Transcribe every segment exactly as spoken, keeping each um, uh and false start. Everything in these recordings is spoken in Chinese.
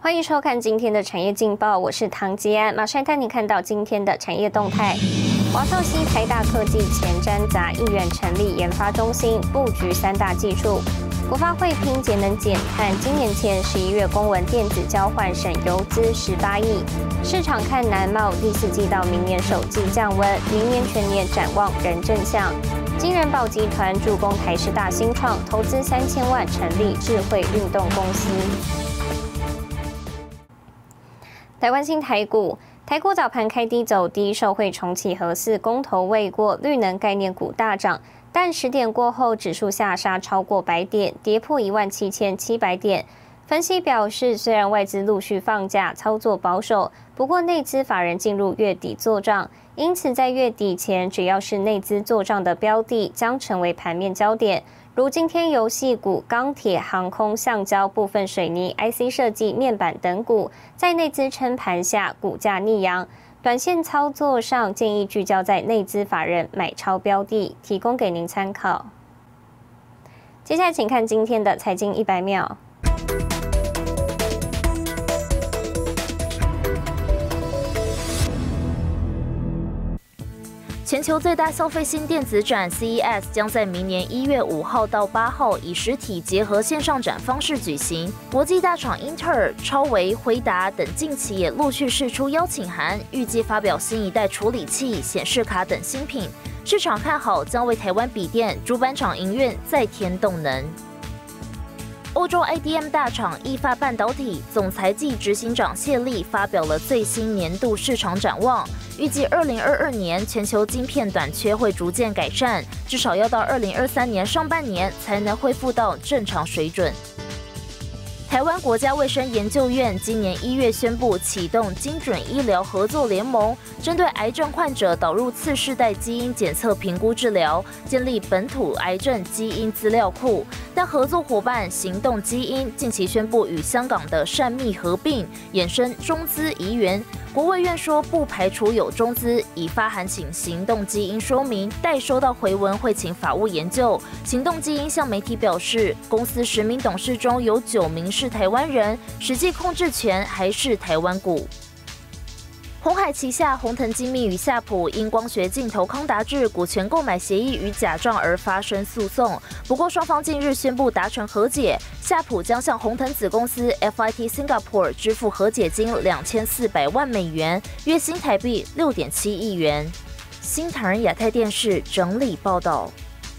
欢迎收看今天的产业劲报，我是唐吉安，马上带你看到今天的产业动态。华硕西台大科技前瞻砸亿元成立研发中心，布局三大技术。国发会拼节能减碳，今年前十一月公文电子交换省游资十八亿。市场看南茂第四季到明年首季降温，明年全年展望仍正向。金人宝集团助攻台师大新创，投资三千万成立智慧运动公司。来关心台股，台股早盘开低走低，受惠重启核四公投未过，绿能概念股大涨。但十点过后，指数下杀超过百点，跌破一万七千七百点。分析表示，虽然外资陆续放假，操作保守，不过内资法人进入月底做账，因此在月底前，只要是内资做账的标的，将成为盘面焦点。如今天游戏股、钢铁、航空、橡胶、部分水泥、I C 设计、面板等股，在内资撑盘下，股价逆扬。短线操作上，建议聚焦在内资法人买超标的，提供给您参考。接下来，请看今天的财经一百秒。 全球最大消费性电子展 C E S 将在明年一月五号到八号以实体结合线上展方式举行。国际大厂英特尔、超微、辉达等近期也陆续释出邀请函，预计发表新一代处理器、显示卡等新品。市场看好将为台湾笔电主板厂营运再添动能。欧洲 I D M 大厂意法半导体总裁暨执行长谢立发表了最新年度市场展望，预计二零二二年全球晶片短缺会逐渐改善，至少要到二零二三年上半年才能恢复到正常水准。台湾国家卫生研究院今年一月宣布启动精准医疗合作联盟，针对癌症患者导入次世代基因检测评估治疗，建立本土癌症基因资料库。但合作伙伴行动基因近期宣布与香港的善密合并，衍生中资疑源。国卫院说不排除有中资已发函请行动基因说明，待收到回文会请法务研究。行动基因向媒体表示，公司十名董事中有九名是台湾人，实际控制权还是台湾股。鸿海旗下宏腾精密与夏普因光学镜头康达智股权购买协议与假账而发生诉讼，不过双方近日宣布达成和解，夏普将向宏腾子公司 F I T Singapore 支付和解金两千四百万美元，约新台币六点七亿元。新唐人亚太电视整理报道。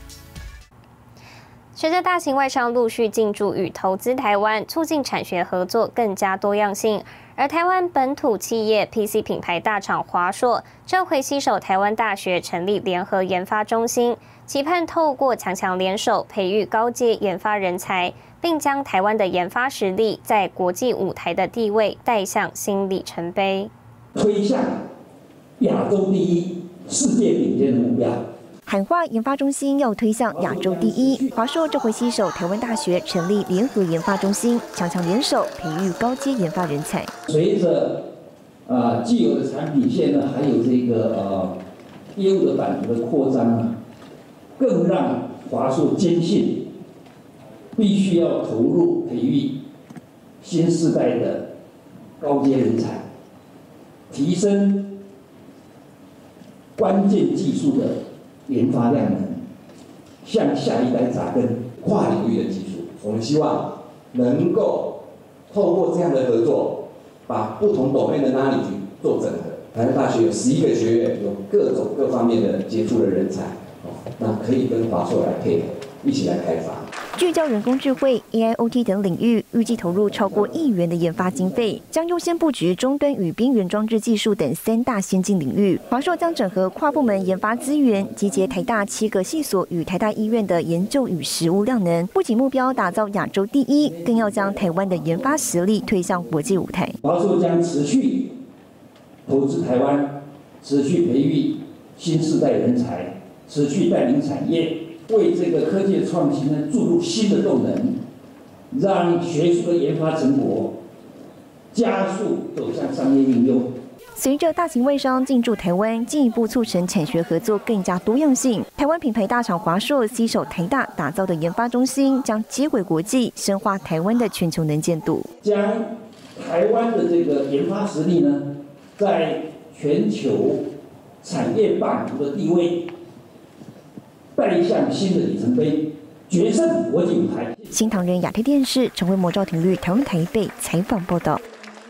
随着大型外商陆续进驻与投资台湾，促进产学合作更加多样性。而台湾本土企业 P C 品牌大厂华硕，这回携手台湾大学成立联合研发中心，期盼透过强强联手，培育高阶研发人才，并将台湾的研发实力在国际舞台的地位带向新里程碑， 推向亚洲第一、世界顶尖的目标。 喊话研发中心要推向亚洲第一，华硕这回携手台湾大学成立联合研发中心，强强联手培育高阶研发人才。 随着呃既有的产品线呢，还有这个呃业务的版图的扩张啊，更让华硕坚信，必须要投入培育新世代的高阶人才，提升关键技术的研发量能，向下一代扎根跨领域的技术。我们希望能够透过这样的合作，把不同domain的knowledge做整合。台湾大学有十一个学院，有各种各方面的杰出的人才，那可以跟华硕来配合，一起来开发。 聚焦人工智慧、A I O T 等领域，预计投入超过亿元的研发经费，将优先布局终端与边缘装置技术等三大先进领域。华硕将整合跨部门研发资源，集结台大七个系所与台大医院的研究与实务量能，不仅目标打造亚洲第一，更要将台湾的研发实力推向国际舞台。 华硕将持续投资台湾，持续培育新世代人才，持续带领产业，为这个科技的创新呢注入新的动能，让学术的研发成果加速走向商业应用。 随着大型外商进驻台湾，进一步促成产学合作更加多样性。台湾品牌大厂华硕携手台大打造的研发中心，将接轨国际，深化台湾的全球能见度。 将台湾的这个研发实力呢，在全球产业霸主的地位，迈向新的里程碑，决胜国际舞台。 新唐人亚太电视陈慧模、赵廷律台湾台北采访报道。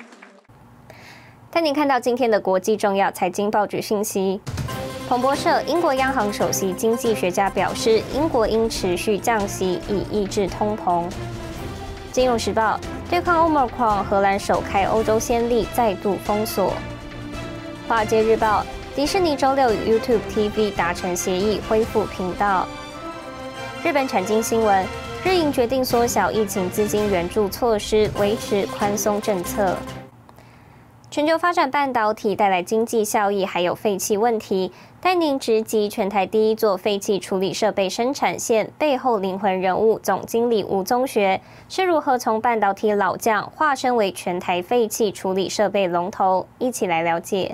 带您看到今天的国际重要财经报纸信息。彭博社，英国央行首席经济学家表示，英国应持续降息以抑制通膨。金融时报，对抗 Omicron， 荷兰首开欧洲先例，再度封锁。华尔街日报，迪士尼周六与 YouTube T V 达成协议，恢复频道。日本产经新闻，日银决定缩小疫情资金援助措施，维持宽松政策。全球发展半导体带来经济效益，还有废弃问题。带您直击全台第一座废弃处理设备生产线背后灵魂人物总经理吴宗学是如何从半导体老将化身为全台废弃处理设备龙头，一起来了解。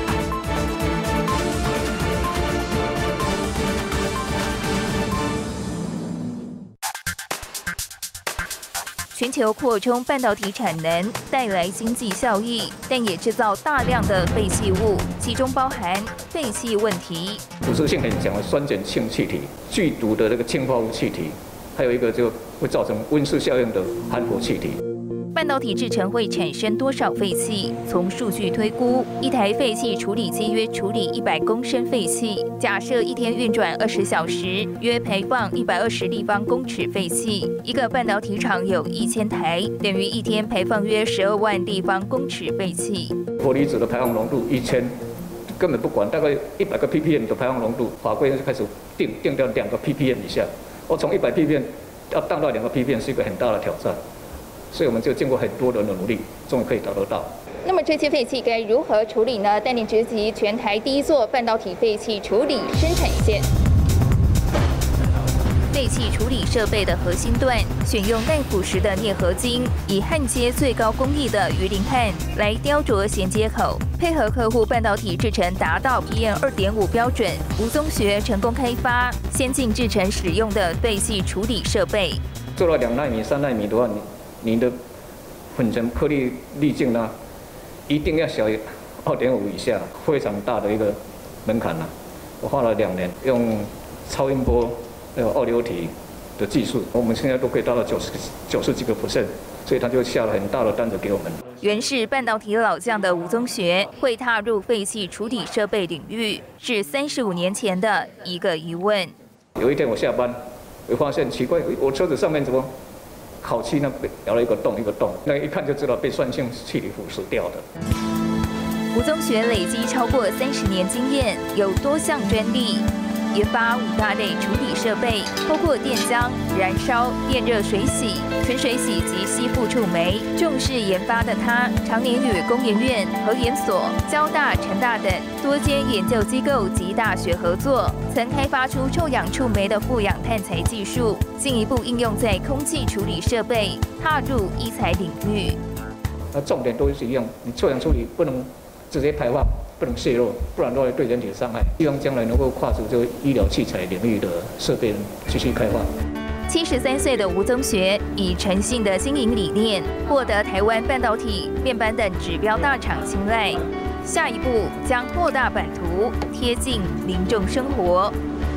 全球扩充半导体产能带来经济效益，但也制造大量的废弃物，其中包含废气问题。 腐蚀性很强的酸碱性气体、剧毒的这个氰化物气体，还有一个就会造成温室效应的含氟气体。 半导体制成会产生多少废气？从数据推估，一台废气处理机约处理一百公升废气，假设一天运转二十小时，约排放一百二十立方公尺废气。一个半导体厂有一千台，等于一天排放约十二万立方公尺废气。 氟离子的排放浓度一千，根本不管，大概一百个 P P M 的排放浓度，法规就开始定定到两个 P P M 以下。我从一百 P P M 要降到两个 P P M 是一个很大的挑战。所以我们就经过很多人的努力，终于可以达得到。 那么这些废气该如何处理呢？带您直击全台第一座半导体废气处理生产线。 废气处理设备的核心段选用耐腐蚀的镍合金，以焊接最高工艺的鱼鳞焊来雕琢衔接口，配合客户半导体制程达到 P M 二点五 标准。吴宗学成功开发先进制程使用的废气处理设备。 做到两纳米、三纳米的话，你你的粉尘颗粒粒径呢，一定要小于 二点五 以下，非常大的一个门槛了。我花了两年，用超音波还有奥流体的技术，我们现在都可以达到九十九十几个 percent， 所以他就下了很大的单子给我们。 原是半导体老将的吴宗学会踏入废气处理设备领域，是三十五年前的一个疑问。 有一天我下班，我发现奇怪，我车子上面怎么？烤漆呢被咬了一个洞一个洞，那一看就知道被酸性气体腐蚀掉的。 吴宗学累积超过三十年经验，有多项专利，研发五大类处理设备，包括电浆、燃烧、电热水洗、纯水洗及吸附触媒。重视研发的他，常年与工研院、核研所、交大、成大等多间研究机构及大学合作，曾开发出臭氧触媒的负氧碳材技术，进一步应用在空气处理设备，踏入医材领域。 那重点都是一样，你臭氧处理不能直接排放，不能泄漏，不然都会对人体伤害。希望将来能够跨足这个医疗器材领域的设备继续开发。 七十三岁的吴宗学以诚信的经营理念，获得台湾半导体、面板等指标大厂青睐。下一步将扩大版图，贴近民众生活。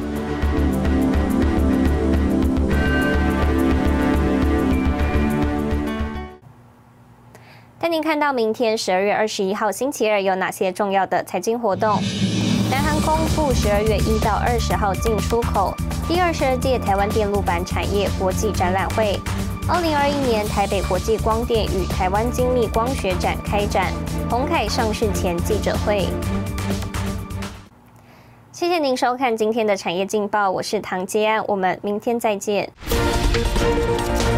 带您看到明天十二月二十一号星期二有哪些重要的财经活动。南韩公布十二月一到二十号进出口第二十二届台湾电路板产业国际展览会。二零二一年台北国际光电与台湾精密光学展开展，鸿凯上市前记者会。谢谢您收看今天的产业劲报，我是唐杰安，我们明天再见。